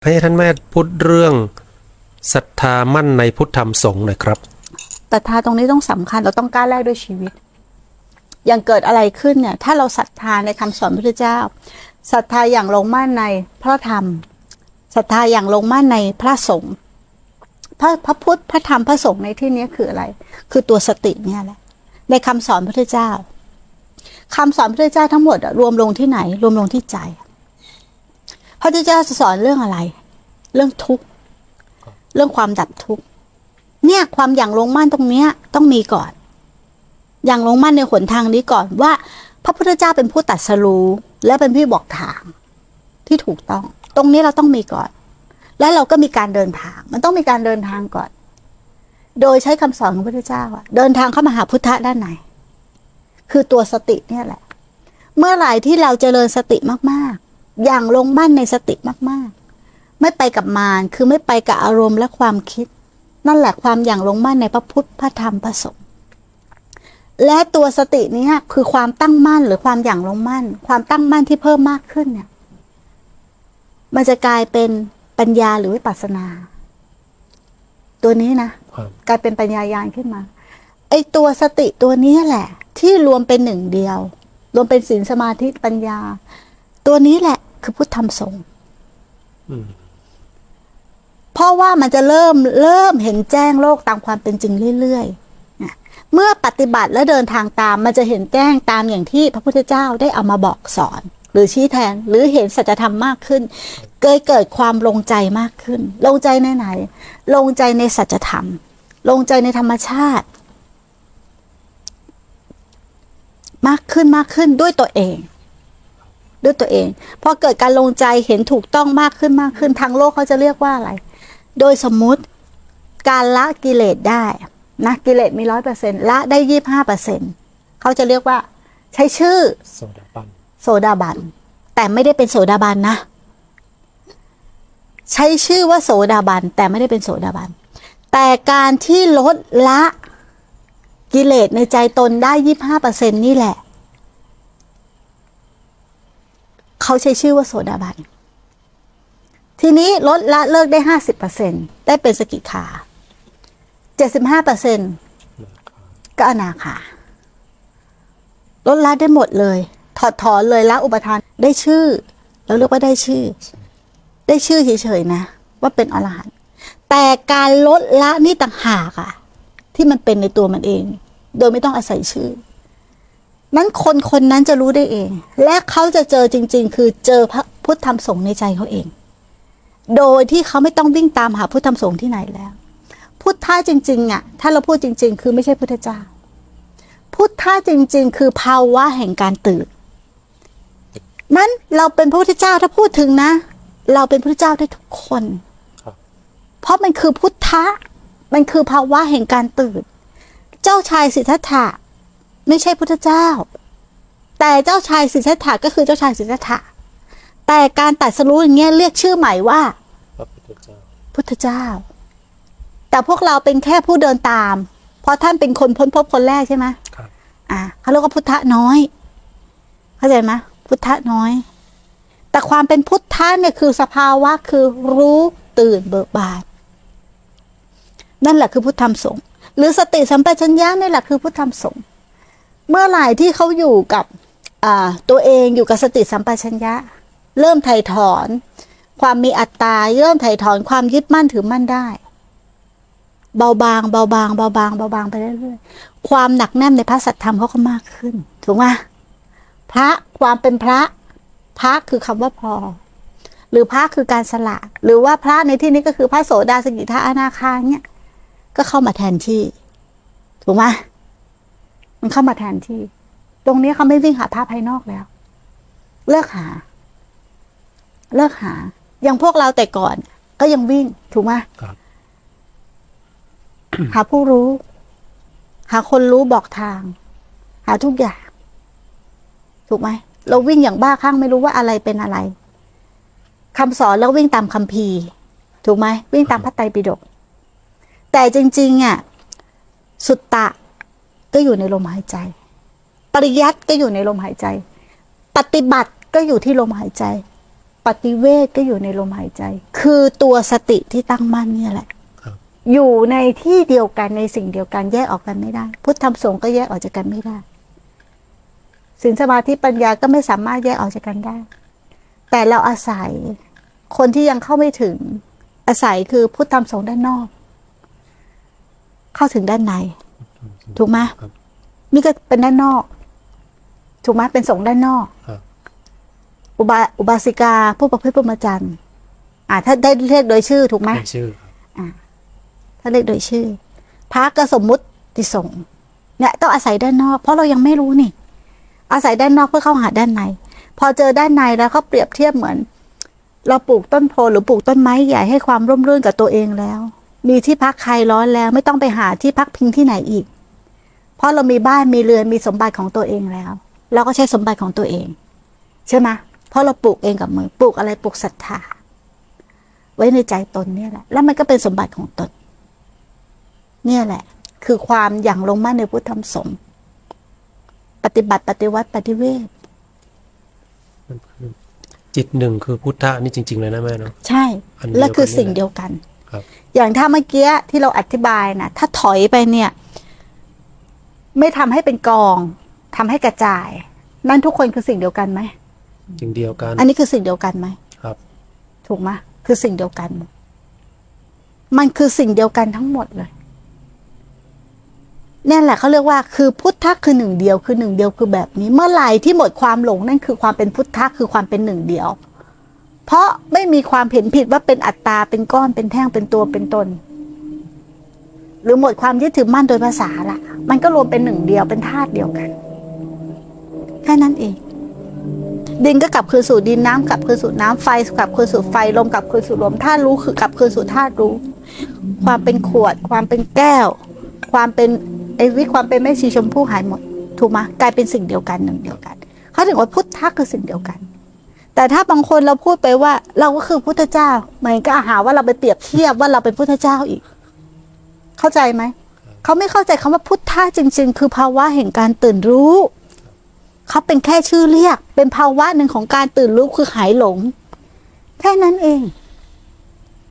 ให้ท่านแม่พูดเรื่องศรัทธามั่นในพุทธธรรมสงฆ์หน่อยครับศรัทธาตรงนี้ต้องสำคัญเราต้องกล้าแลกด้วยชีวิตอย่างเกิดอะไรขึ้นเนี่ยถ้าเราศรัทธาในคำสอนพระพุทธเจ้าศรัทธาอย่างลงมั่นในพระธรรมศรัทธาอย่างลงมั่นในพระสงฆ์พระพุทธพระธรรมพระสงฆ์ในที่นี้คืออะไรคือตัวสติเนี่ยแหละในคำสอนพระพุทธเจ้าคำสอนพระพุทธเจ้าทั้งหมดรวมลงที่ไหนรวมลงที่ใจพระพุทธเจ้าจะสอนเรื่องอะไรเรื่องทุกข์เรื่องความดับทุกข์เนี่ยความอย่างลงมั่นตรงเนี้ยต้องมีก่อนอย่างลงมั่นในหนทางนี้ก่อนว่าพระพุทธเจ้าเป็นผู้ตรัสรู้และเป็นผู้บอกทางที่ถูกต้องตรงนี้เราต้องมีก่อนแล้วเราก็มีการเดินทางมันต้องมีการเดินทางก่อนโดยใช้คำสอนของพระพุทธเจ้าเดินทางเข้ามาหาพุทธะด้านไหนคือตัวสติเนี่ยแหละเมื่อไหร่ที่เราเจริญสติมากๆอย่างลงมั่นในสติมากๆไม่ไปกับมารคือไม่ไปกับอารมณ์และความคิดนั่นแหละความอย่างลงมั่นในพระพุทธพระธรรมพระสงฆ์และตัวสตินี้คือความตั้งมั่นหรือความอย่างลงมั่นความตั้งมั่นที่เพิ่มมากขึ้นเนี่ยมันจะกลายเป็นปัญญาหรือวิปัสสนาตัวนี้นะกลายเป็นปัญญาญาณขึ้นมาไอตัวสติตัวนี้แหละที่รวมเป็นหนึ่งเดียวรวมเป็นศีลสมาธิปัญญาตัวนี้แหละคือพุทธธรรมสงฆ์เพราะว่ามันจะเริ่มเห็นแจ้งโลกตามความเป็นจริงเรื่อยๆเมื่อปฏิบัติและเดินทางตามมันจะเห็นแจ้งตามอย่างที่พระพุทธเจ้าได้เอามาบอกสอนหรือชี้แทงหรือเห็นสัจธรรมมากขึ้นเกิดความลงใจมากขึ้นลงใจในไหนลงใจในสัจธรรมลงใจในธรรมชาติมากขึ้นด้วยตัวเองพอเกิดการลงใจเห็นถูกต้องมากขึ้นทางโลกเขาจะเรียกว่าอะไรโดยสมมุติการละกิเลสได้นะกิเลสมี 100% ละได้ 25% เขาจะเรียกว่าใช้ชื่อโสดาบันแต่ไม่ได้เป็นโสดาบันนะใช้ชื่อว่าโสดาบันแต่ไม่ได้เป็นโสดาบันแต่การที่ลดละกิเลสในใจตนได้ 25% นี่แหละเขาใช้ชื่อว่าโสดาบันทีนี้ลดละเลิกได้ 50% ได้เป็นสกิทา 75% ก็อนาคาลดละได้หมดเลยถอดถอนเลยละอุปทานได้ชื่อเราเรียกว่าได้ชื่อเฉยๆนะว่าเป็นอรหันต์แต่การลดละนี่ต่างหากที่มันเป็นในตัวมันเองโดยไม่ต้องอาศัยชื่อนั้นคนนั้นจะรู้ได้เองและเขาจะเจอจริงๆคือเจอพระพุทธธรรมสงฆ์ในใจเขาเองโดยที่เขาไม่ต้องวิ่งตามหาพุทธธรรมสงฆ์ที่ไหนแล้วพุทธะจริงๆถ้าเราพูดจริงๆคือไม่ใช่พุทธเจ้าพุทธะจริงๆคือภาวะแห่งการตื่นนั้นเราเป็นพระพุทธเจ้าถ้าพูดถึงนะเราเป็นพระพุทธเจ้าได้ทุกคนเพราะมันคือพุทธะมันคือภาวะแห่งการตื่นเจ้าชายสิทธัตถะไม่ใช่พุทธเจ้าแต่เจ้าชายสิทธัตถะก็คือเจ้าชายสิทธัตถะแต่การตรัสรู้อย่างเงี้ยเรียกชื่อใหม่ว่าพุทธเจ้าแต่พวกเราเป็นแค่ผู้เดินตามเพราะท่านเป็นคนพ้นพบคนแรกใช่ไหมเขาเรียกว่าพุทธะน้อยเข้าใจไหมพุทธะน้อยแต่ความเป็นพุทธะเนี่ยคือสภาวะคือรู้ตื่นเบิกบานนั่นแหละคือพุทธธรรมสงฆ์หรือสติสัมปชัญญะนี่แหละคือพุทธธรรมสงฆ์เมื่อไหร่ที่เขาอยู่กับตัวเองอยู่กับสติสัมปชัญญะเริ่มไถ่ถอนความมีอัตตาเริ่มไถ่ถอนความยึดมั่นถือมั่นได้เบาบางไปเรื่อยๆความหนักแน่นในพระสัทธรรมเขาก็มากขึ้นถูกไหมพระความเป็นพระคือคำว่าพอหรือพระคือการสละหรือว่าพระในที่นี้ก็คือพระโสดาสกิทาอนาคาเนี่ยก็เข้ามาแทนที่ถูกไหมมันเข้ามาแทนที่ตรงนี้เขาไม่วิ่งหาพระภายนอกแล้วเลิกหาอย่างพวกเราแต่ก่อนก็ยังวิ่งถูกไหมหาผู้รู้หาคนรู้บอกทางหาทุกอย่างถูกไหมเราวิ่งอย่างบ้าคลั่งไม่รู้ว่าอะไรเป็นอะไรคำสอนแล้ววิ่งตามคัมภีร์ถูกไหมวิ่งตามพระไตรปิฎกแต่จริงๆสุตตะก็อยู่ในลมหายใจปริยัติก็อยู่ในลมหายใจปฏิบัติก็อยู่ที่ลมหายใจปฏิเวทก็อยู่ในลมหายใจ คือตัวสติที่ตั้งมั่นเนี่ยแหละอยู่ในที่เดียวกันในสิ่งเดียวกันแยกออกกันไม่ได้พุทธธรรมสงฆ์ก็แยกออกจากกันไม่ได้ศีลสมาธิปัญญาก็ไม่สามารถแยกออกจากกันได้แต่เราอาศัยคนที่ยังเข้าไม่ถึงอาศัยคือพุทธธรรมสงฆ์ด้านนอกเข้าถึงด้านในถูกไหมนี่ก็เป็นด้านนอกถูกไหมเป็นสงฆ์ด้านนอกอุบาสิกาผู้ประพฤติพรหมจรรย์ถ้าได้เรียกโดยชื่อถูกไหมชื่อถ้าเรียกโดยชื่อพระก็สมมุติสงฆ์เนี่ยต้องอาศัยด้านนอกเพราะเรายังไม่รู้นี่อาศัยด้านนอกเพื่อเข้าหาด้านในพอเจอด้านในแล้วเขาเปรียบเทียบเหมือนเราปลูกต้นโพหรือปลูกต้นไม้ใหญ่ให้ความร่มรื่นกับตัวเองแล้วมีที่พักคลายร้อนแล้วไม่ต้องไปหาที่พักพิงที่ไหนอีกเพราะเรามีบ้านมีเรือนมีสมบัติของตัวเองแล้วเราก็ใช้สมบัติของตัวเองใช่ไหมเพราะเราปลูกเองกับมือปลูกอะไรปลูกศรัทธาไว้ในใจตนเนี่ยแหละแล้วมันก็เป็นสมบัติของตนเนี่ยแหละคือความอย่างลงมั่นในพุทธธรรมสงฆ์ปฏิบัติปฏิวัติปฏิเวทจิตหนึ่งคือพุทธะนี่จริงๆเลยนะแม่เนาะใช่และคือสิ่งเดียวกันอย่างถ้าเมื่อกี้ที่เราอธิบายนะถ้าถอยไปเนี่ยไม่ทำให้เป็นกองทำให้กระจายนั่นทุกคนคือสิ่งเดียวกันไหมสิ่งเดียวกันอันนี้คือสิ่งเดียวกันไหมครับถูกไหมคือสิ่งเดียวกันมันคือสิ่งเดียวกันทั้งหมดเลยนี่แหละเขาเรียกว่าคือพุทธะคือหนึ่งเดียวคือหนึ่งเดียวคือแบบนี้เมื่อไหร่ที่หมดความหลงนั่นคือความเป็นพุทธะคือความเป็นหนึ่งเดียวเพราะไม่มีความเห็นผิดว่าเป็นอัตตาเป็นก้อนเป็นแท่งเป็นตัวเป็นตนหรือหมดความยึดถือมั่นโดยภาษาละมันก็รวมเป็นหนึ่งเดียวเป็นธาตุเดียวกันแค่นั้นเองดินก็กลับคืนสู่ดินน้ำกลับคืนสู่น้ำไฟกลับคืนสู่ไฟลมกลับคืนสู่ลมธาตุรู้คือกลับคืนสู่ธาตุรู้ความเป็นขวดความเป็นแก้วความเป็นความเป็นแม่ชีชมพู่หายหมดถูกไหมกลายเป็นสิ่งเดียวกันหนึ่งเดียวกันเขาถึงว่าพุทธะคือสิ่งเดียวกันแต่ถ้าบางคนเราพูดไปว่าเราก็คือพุทธเจ้ามันก็หาว่าเราไปเปรียบเทียบว่าเราเป็นพุทธเจ้าอีกเข้าใจไหมเขาไม่เข้าใจคำว่าพุทธะจริงๆคือภาวะแห่งการตื่นรู้เขาเป็นแค่ชื่อเรียกเป็นภาวะหนึ่งของการตื่นรู้คือหายหลงแค่นั้นเอง